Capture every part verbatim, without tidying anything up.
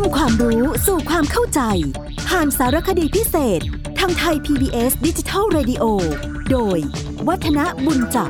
ำความรู้สู่ความเข้าใจผ่านสารคดีพิเศษทางไทย พี บี เอส Digital Radio โดยวัฒนบุญจับ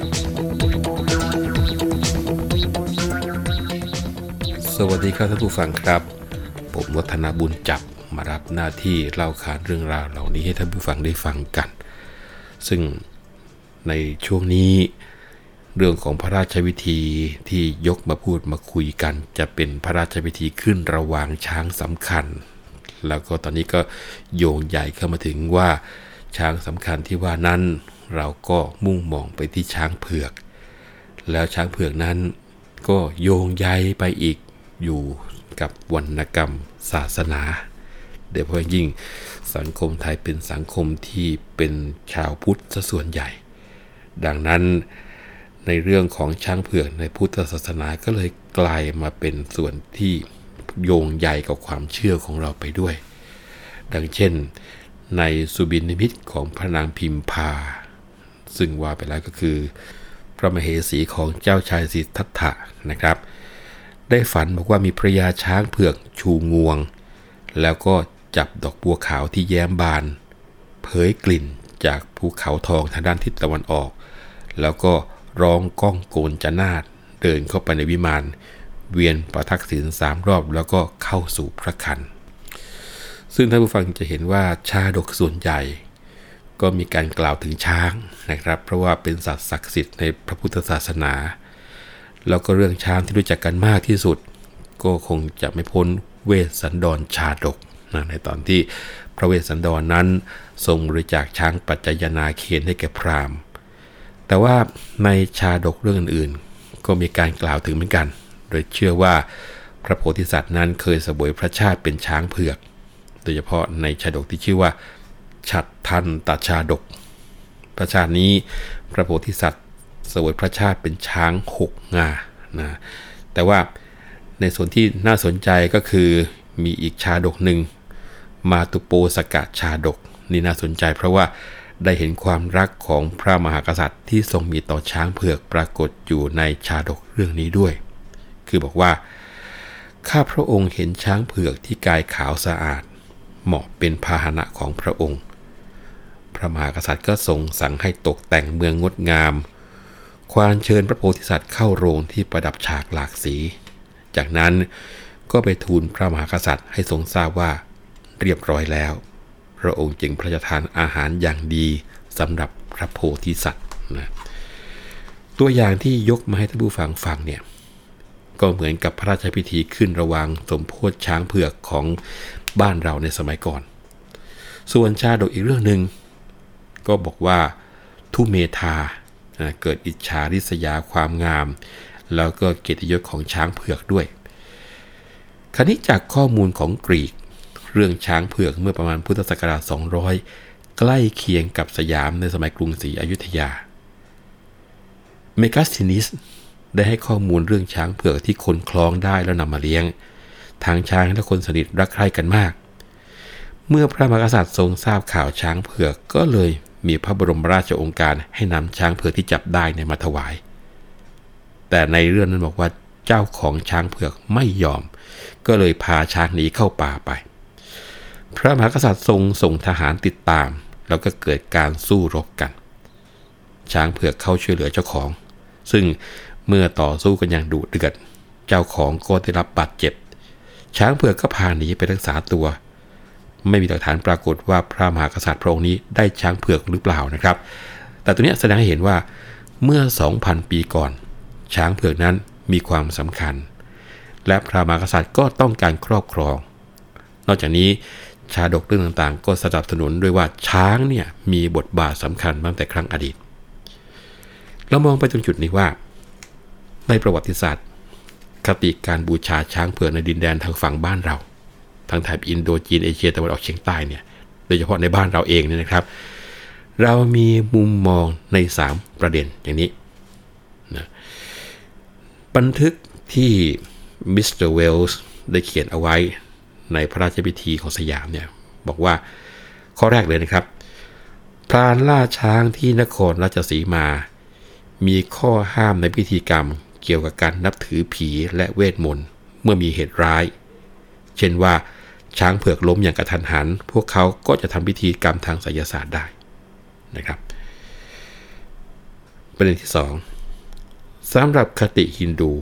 สวัสดีครับท่านผู้ฟังครับผมวัฒนบุญจับมารับหน้าที่เล่าขานเรื่องราวเหล่านี้ให้ท่านผู้ฟังได้ฟังกันซึ่งในช่วงนี้เรื่องของพระราชพิธีที่ยกมาพูดมาคุยกันจะเป็นพระราชพิธีขึ้นระหว่างช้างสำคัญแล้วก็ตอนนี้ก็โยงใหญ่เข้ามาถึงว่าช้างสำคัญที่ว่านั้นเราก็มุ่งมองไปที่ช้างเผือกแล้วช้างเผือกนั้นก็โยงใยไปอีกอยู่กับวรรณกรรมศาสนาโดยเฉพาะยิ่งสังคมไทยเป็นสังคมที่เป็นชาวพุทธซะส่วนใหญ่ดังนั้นในเรื่องของช้างเผือกในพุทธศาสนาก็เลยกลายมาเป็นส่วนที่โยงใยกับความเชื่อของเราไปด้วยดังเช่นในสุบินนิมิตของพระนางพิมพาซึ่งว่าไปแล้วก็คือพระมเหสีของเจ้าชายสิทธัตถะนะครับได้ฝันบอกว่ามีพระยาช้างเผือกชูงวงแล้วก็จับดอกบัวขาวที่แย้มบานเผยกลิ่นจากภูเขาทองทางด้านทิศตะวันออกแล้วก็ร้องก้องโกนจนาดเดินเข้าไปในวิมานเวียนประทักษิณสามรอบแล้วก็เข้าสู่พระคันซึ่งท่านผู้ฟังจะเห็นว่าชาดกส่วนใหญ่ก็มีการกล่าวถึงช้างนะครับเพราะว่าเป็นสัตว์ศักดิ์สิทธิ์ในพระพุทธศาสนาแล้วก็เรื่องช้างที่รู้จักกันมากที่สุดก็คงจะไม่พ้นเวสสันดรชาดกนะในตอนที่พระเวสสันดรนั้นทรงบริจาคช้างปัจจยนาเคนให้แก่พราหมณ์แต่ว่าในชาดกเรื่องอื่นๆก็มีการกล่าวถึงเหมือนกันโดยเชื่อว่าพระโพธิสัตว์นั้นเคยเสวยพระชาติเป็นช้างเผือกโดยเฉพาะในชาดกที่ชื่อว่าฉัตรทันตชาดกพระชาตินี้พระโพธิสัตว์เสวยพระชาติเป็นช้างหกงานะแต่ว่าในส่วนที่น่าสนใจก็คือมีอีกชาดกหนึ่งมาตุโปสกชาดกนี่น่าสนใจเพราะว่าได้เห็นความรักของพระมหากษัตริย์ที่ทรงมีต่อช้างเผือกปรากฏอยู่ในชาดกเรื่องนี้ด้วยคือบอกว่าข้าพระองค์เห็นช้างเผือกที่กายขาวสะอาดเหมาะเป็นพาหนะของพระองค์พระมหากษัตริย์ก็ทรงสั่งให้ตกแต่งเมืองงดงามควานเชิญพระโพธิสัตว์เข้าโรงที่ประดับฉากหลากสีจากนั้นก็ไปทูลพระมหากษัตริย์ให้ทรงทราบว่าเรียบร้อยแล้วพระองค์จึงพระราชทานอาหารอย่างดีสำหรับพระโพธิสัตว์นะตัวอย่างที่ยกมาให้ท่านผู้ฟังฟังเนี่ยก็เหมือนกับพระราชพิธีขึ้นระหว่างสมโภชช้างเผือกของบ้านเราในสมัยก่อนส่วนชาดกอีกเรื่องหนึ่งก็บอกว่าทุเมธาเกิดอิจฉาริษยาความงามแล้วก็เกียรติยศของช้างเผือกด้วยคราวนี้จากข้อมูลของกรีกเรื่องช้างเผือกเมื่อประมาณพุทธศักราชสองร้อยใกล้เคียงกับสยามในสมัยกรุงศรีอยุธยาเมกัสตินิสได้ให้ข้อมูลเรื่องช้างเผือกที่คนคล้องได้แล้วนำมาเลี้ยงทางช้างและคนสนิทรักใคร่กันมากเมื่อพระมหากษัตริย์ทรงทราบข่าวช้างเผือกก็เลยมีพระบรมราชโองการให้นำช้างเผือกที่จับได้เนี่ยมาถวายแต่ในเรื่องนั้นบอกว่าเจ้าของช้างเผือกไม่ยอมก็เลยพาช้างหนีเข้าป่าไปพระมหากษัตริย์ทรงส่งทหารติดตามแล้วก็เกิดการสู้รบกันช้างเผือกเข้าช่วยเหลือเจ้าของซึ่งเมื่อต่อสู้กันอย่างดุเดือดเจ้าของก็ได้รับบาดเจ็บช้างเผือกก็พาหนีไปรักษาตัวไม่มีหลักฐานปรากฏว่าพระมหากษัตริย์พระองค์นี้ได้ช้างเผือกหรือเปล่านะครับแต่ตัวนี้แสดงให้เห็นว่าเมื่อ สองพัน ปีก่อนช้างเผือกนั้นมีความสำคัญและพระมหากษัตริย์ก็ต้องการครอบครองนอกจากนี้ชาดกเรื่องต่างๆก็สนับสนุนด้วยว่าช้างเนี่ยมีบทบาทสำคัญตั้งแต่ครั้งอดีตเรามองไปตรงจุดนี้ว่าในประวัติศาสตร์คติการบูชาช้างเผือกในดินแดนทางฝั่งบ้านเราทางแถบอินโดจีนเอเชียตะวันออกเฉียงใต้เนี่ยโดยเฉพาะในบ้านเราเองเนี่ยนะครับเรามีมุมมองในสามประเด็นอย่างนี้นะบันทึกที่มิสเตอร์เวลส์ได้เขียนเอาไว้ในพระราชพิธีของสยามเนี่ยบอกว่าข้อแรกเลยนะครับพรานล่าช้างที่นครราชสีมามีข้อห้ามในพิธีกรรมเกี่ยวกับการนับถือผีและเวทมนต์เมื่อมีเหตุร้ายเช่นว่าช้างเผือกล้มอย่างกระทันหันพวกเขาก็จะทำพิธีกรรมทางไสยศาสตร์ได้นะครับประเด็นที่สองสำหรับคติฮินดู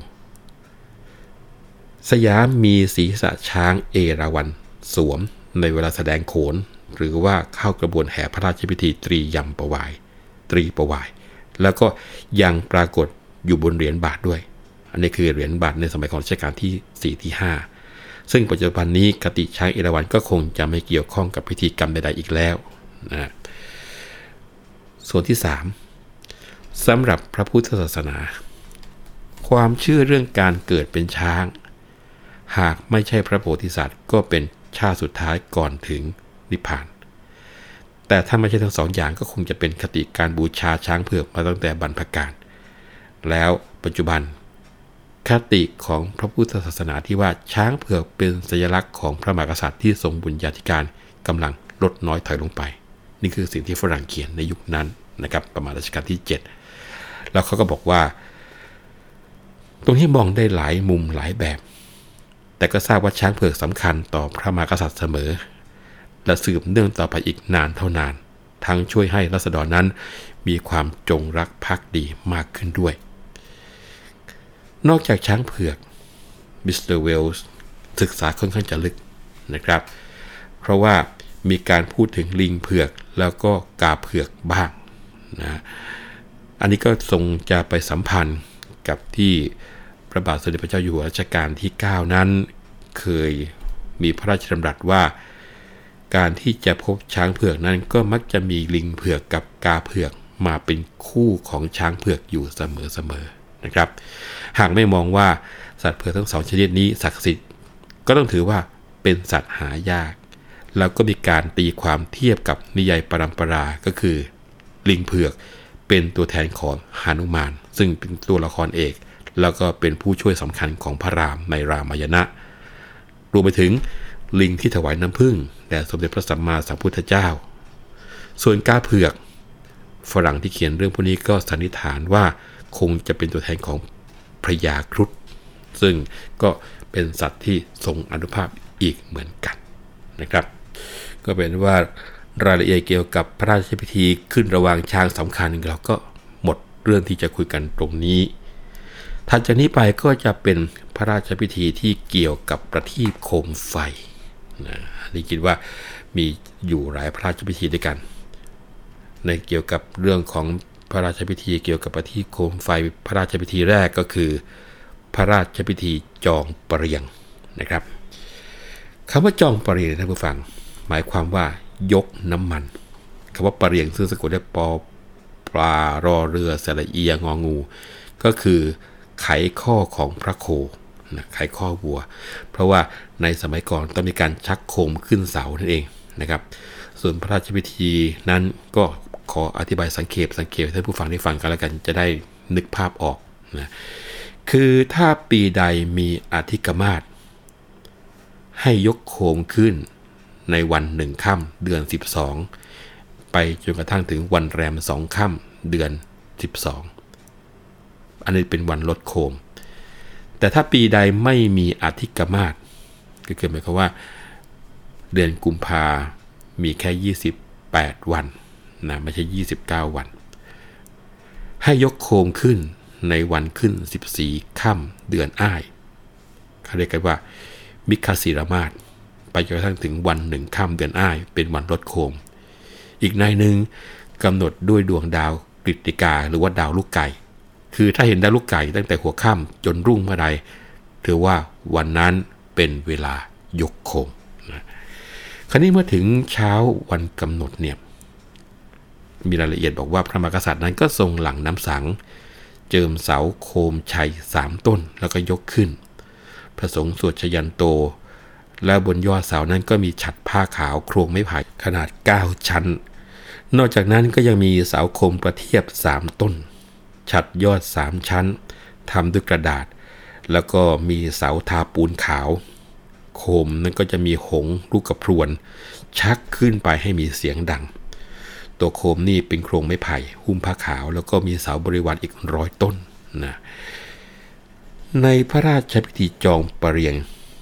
สยามมีศีรษะช้างเอราวัณสวมในเวลาแสดงโขนหรือว่าเข้ากระบวนแห่พระราชพิธีตรียมประวายตรีประวายแล้วก็ยังปรากฏอยู่บนเหรียญบาทด้วยอันนี้คือเหรียญบาทในสมัยของรัชกาลที่สี่ที่ห้าซึ่งปัจจุบันนี้คติช้างเอราวัณก็คงจะไม่เกี่ยวข้องกับพิธีกรรมใดๆอีกแล้วนะส่วนที่สามสำหรับพระพุทธศาสนาความเชื่อเรื่องการเกิดเป็นช้างหากไม่ใช่พระโพธิสัตว์ก็เป็นชาติสุดท้ายก่อนถึงนิพพานแต่ถ้าไม่ใช่ทั้งสองอย่างก็คงจะเป็นคติการบูชาช้างเผือกมาตั้งแต่บรรพกาลแล้วปัจจุบันคติของพระพุทธศาสนาที่ว่าช้างเผือกเป็นสัญลักษณ์ของพระมหากษัตริย์ที่ทรงบุญญาธิการกำลังลดน้อยถอยลงไปนี่คือสิ่งที่ฝรั่งเขียนในยุคนั้นนะครับประมาณรัชกาลที่เจ็ดแล้วเขาก็บอกว่าตรงที่มองได้หลายมุมหลายแบบแต่ก็ทราบว่าช้างเผือกสำคัญต่อพระมหากษัตริย์เสมอและสืบเนื่องต่อไปอีกนานเท่านานทั้งช่วยให้ราษฎรนั้นมีความจงรักภักดีมากขึ้นด้วยนอกจากช้างเผือกมิสเตอร์เวลส์ศึกษาค่อนข้างจะลึกนะครับเพราะว่ามีการพูดถึงลิงเผือกแล้วก็กาเผือกบ้างนะอันนี้ก็ทรงจะไปสัมพันธ์กับที่พระบาทสมเด็จพระเจ้าอยู่หัวรัชกาลที่เก้านั้นเคยมีพระราชดำรัสว่าการที่จะพบช้างเผือกนั้นก็มักจะมีลิงเผือกกับกาเผือกมาเป็นคู่ของช้างเผือกอยู่เสมอๆนะครับหากไม่มองว่าสัตว์เผือกทั้งสองชนิดนี้ศักดิ์สิทธิ์ก็ต้องถือว่าเป็นสัตว์หายากแล้วก็มีการตีความเทียบกับนิยายปรัมปราก็คือลิงเผือกเป็นตัวแทนของหนุมานซึ่งเป็นตัวละครเอกแล้วก็เป็นผู้ช่วยสำคัญของพระรามในรามายณะรวมไปถึงลิงที่ถวายน้ำผึ้งแด่สมเด็จพระสัมมาสัมพุทธเจ้าส่วนกาเผือกฝรั่งที่เขียนเรื่องพวกนี้ก็สันนิษฐานว่าคงจะเป็นตัวแทนของพระยาครุฑซึ่งก็เป็นสัตว์ที่ทรงอานุภาพอีกเหมือนกันนะครับก็เป็นว่ารายละเอียดเกี่ยวกับพระราชพิธีขึ้นระหว่างช้างสำคัญเราก็หมดเรื่องที่จะคุยกันตรงนี้ถัดจากนี้ไปก็จะเป็นพระราชพิธีที่เกี่ยวกับประทีปโคมไฟนะนี่คิดว่ามีอยู่หลายพระราชพิธีด้วยกันในเกี่ยวกับเรื่องของพระราชพิธีเกี่ยวกับประทีปโคมไฟพระราชพิธีแรกก็คือพระราชพิธีจองเปรียงนะครับคำว่าจองเปรียงท่านผู้ฟังหมายความว่ายกน้ำมันคำว่าเปรียงซึ่งสะกดด้วยปอปลารอเรือสระเอียงองูก็คือไขข้อของพระโคนะไขข้อวัวเพราะว่าในสมัยก่อนต้องมีการชักโคมขึ้นเสานั่นเองนะครับส่วนพระราชพิธีนั้นก็ขออธิบายสังเขปสังเขปให้ท่านผู้ฟังได้ฟังกันแล้วกันจะได้นึกภาพออกนะคือถ้าปีใดมีอธิกมาสให้ยกโคมขึ้นในวันหนึ่งค่ำเดือนสิบสองไปจนกระทั่งถึงวันแรมสองค่ำเดือนสิบสองอันนี้เป็นวันลดโคมแต่ถ้าปีใดไม่มีอธิกมาสก็คือหมายความว่าเดือนกุมภามีแค่ยี่สิบแปดวันนะไม่ใช่ยี่สิบเก้าวันให้ยกโคมขึ้นในวันขึ้นสิบสี่ค่ำเดือนอ้ายเขาเรียกกันว่ามิคศิรมาสไปจนกระทั่งถึงวันหนึ่งค่ำเดือนอ้ายเป็นวันลดโคมอีกในหนึ่งกำหนดด้วยดวงดาวกฤติกาหรือว่าดาวลูกไก่คือถ้าเห็นดาวลูกไก่ตั้งแต่หัวค่ำจนรุ่งเมื่อใดถือว่าวันนั้นเป็นเวลายกโคมนะคราวนี้เมื่อถึงเช้าวันกำหนดเนี่ยมีรายละเอียดบอกว่าพระมหากษัตริย์นั้นก็ทรงหลั่งน้ำสังเจิมเสาโคมชัยสามต้นแล้วก็ยกขึ้นพระสงฆ์สวดชยันโตและบนยอดเสานั้นก็มีฉัตรผ้าขาวโครงไม้ไผ่ขนาดเก้าชั้นนอกจากนั้นก็ยังมีเสาโคมประเทียบสามต้นฉัตรยอดสามชั้นทำด้วยกระดาษแล้วก็มีเสาทาปูนขาวโคมนั้นก็จะมีหงส์ลูกกระพรวนชักขึ้นไปให้มีเสียงดังตัวโคมนี่เป็นโครงไม้ไผ่หุ้มผ้าขาวแล้วก็มีเสาบริวารอีกร้อยต้นนะในพระราชพิธีจองเปรียง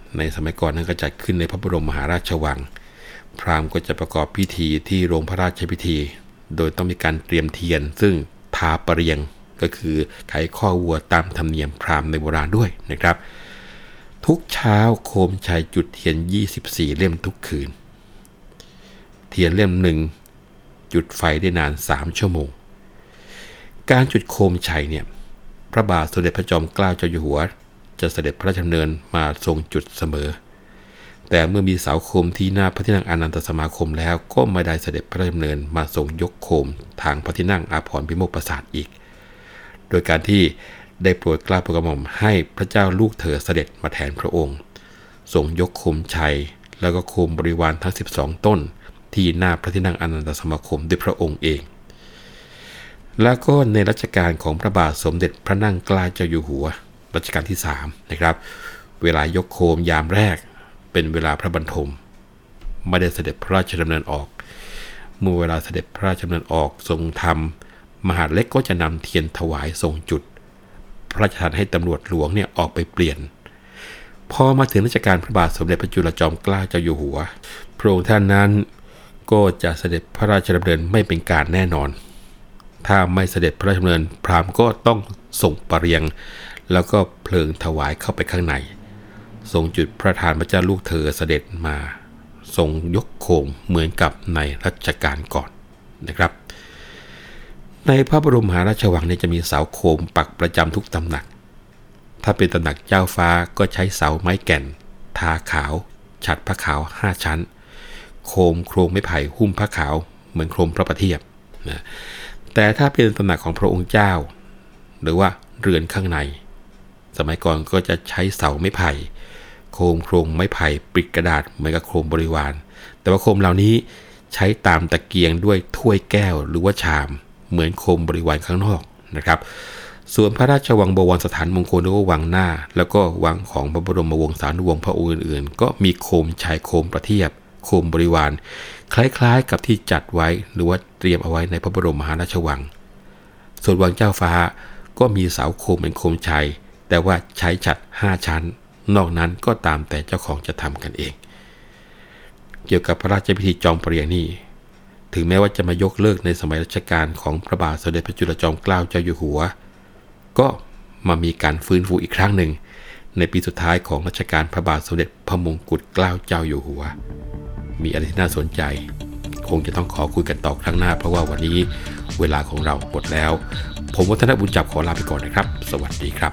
ในสมัยก่อนนั้นก็จัดขึ้นในพระบรมมหาราชวังพราหมณ์ก็จะประกอบพิธีที่โรงพระราชพิธีโดยต้องมีการเตรียมเทียนซึ่งทาประเรียงก็คือไขข้อวัวตามธรรมเนียมพราหมณ์ในโบราณด้วยนะครับทุกเช้าโคมชัยจุดเทียนยี่สิบสี่เล่มทุกคืนเทียนเล่มหนึ่งจุดไฟได้นานสามชั่วโมงการจุดโคมชัยเนี่ยพระบาทสมเด็จพระจอมเกล้าเจ้าอยู่หัวจะเสด็จพระราชดำเนินมาทรงจุดเสมอแต่เมื่อมีเสาโคมที่หน้าพระที่นั่งอานันตสมาคมแล้วก็ไม่ได้เสด็จพระราชดำเนินมาทรงยกโคมทางพระที่นั่งอาภรณ์พิโมกข์ปราสาทอีกโดยการที่ได้โปรดเกล้าโปรดกระหม่อมให้พระเจ้าลูกเธอเสด็จมาแทนพระองค์ทรงยกโคมชัยแล้วก็โคมบริวารทั้งสิบสองต้นที่หน้าพระที่นั่งอานันตสมาคมด้วยพระองค์เองแล้วก็ในรัชกาลของพระบาทสมเด็จพระนั่งเกล้าเจ้าอยู่หัวรัชกาลที่สามนะครับเวลายกโคมยามแรกเป็นเวลาพระบรรทมไม่ได้เสด็จพระราชดำเนินออกเมื่อเวลาเสด็จพระราชดำเนินออกทรงธรรมมหาดเล็กก็จะนำเทียนถวายทรงจุดพระราชทานให้ตำรวจหลวงเนี่ยออกไปเปลี่ยนพอมาถึงรัชกาลพระบาทสมเด็จพระจุลจอมเกล้าเจ้าอยู่หัวพระองค์ท่านนั้นก็จะเสด็จพระราชดำเนินไม่เป็นการแน่นอนถ้าไม่เสด็จพระราชดำเนินพราหมณ์ก็ต้องส่งปเรียงแล้วก็เพลิงถวายเข้าไปข้างในทรงจุดพระทานพระเจ้าลูกเธอเสด็จมาทรงยกโคมเหมือนกับในรัชกาลก่อนนะครับในพระบรมมหาราชวังเนี่ยจะมีเสาโคมปักประจำทุกตำหนักถ้าเป็นตำหนักเจ้าฟ้าก็ใช้เสาไม้แก่นทาขาวฉัตรผ้าขาวห้าชั้นโคมโครงไม้ไผ่หุ้มผ้าขาวเหมือนโคมพระประเทียบนะแต่ถ้าเป็นตำหนักของพระองค์เจ้าหรือว่าเรือนข้างในสมัยก่อนก็จะใช้เสาไม้ไผ่โคมโครงไม้ไผ่ปิดกระดาษเหมือนกับโคมบริวารแต่ว่าโคมเหล่านี้ใช้ตามตะเกียงด้วยถ้วยแก้วหรือว่าชามเหมือนโคมบริวารข้างนอกนะครับส่วนพระราชวังบวรสถานมงคลหรือว่าวังหน้าแล้วก็วังของพระบรมวงศานุวงศ์พระองค์อื่นๆก็มีโคมชายโคมประเทียบโคมบริวารคล้ายๆกับที่จัดไว้หรือว่าเตรียมเอาไว้ในพระบรมมหาราชวังส่วนวังเจ้าฟ้าก็มีเสาโคมเป็นโคมชัยแต่ว่าใช้ฉัตรห้าชั้นนอกนั้นก็ตามแต่เจ้าของจะทำกันเองเกี่ยวกับพระราชพิธีจองเปลี่ยนนี่ถึงแม้ว่าจะมายกเลิกในสมัยรัชกาลของพระบาทสมเด็จพระจุลจอมเกล้าเจ้าอยู่หัวก็มามีการฟื้นฟูอีกครั้งหนึ่งในปีสุดท้ายของรัชกาลพระบาทสมเด็จพระมงกุฎเกล้าเจ้าอยู่หัวมีอะไรที่น่าสนใจคงจะต้องขอคุยกันต่อครั้งหน้าเพราะว่าวันนี้เวลาของเราหมดแล้วผมวัฒนบุญจับขอลาไปก่อนนะครับสวัสดีครับ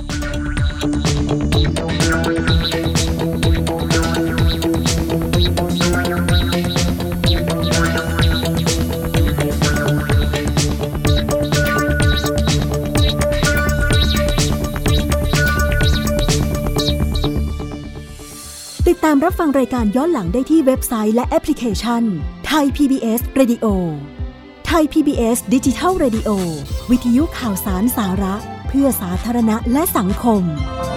ติดตามรับฟังรายการย้อนหลังได้ที่เว็บไซต์และแอปพลิเคชัน Thai พี บี เอส Radio Thai พี บี เอส Digital Radio วิทยุข่าวสารสาระเพื่อสาธารณะและสังคม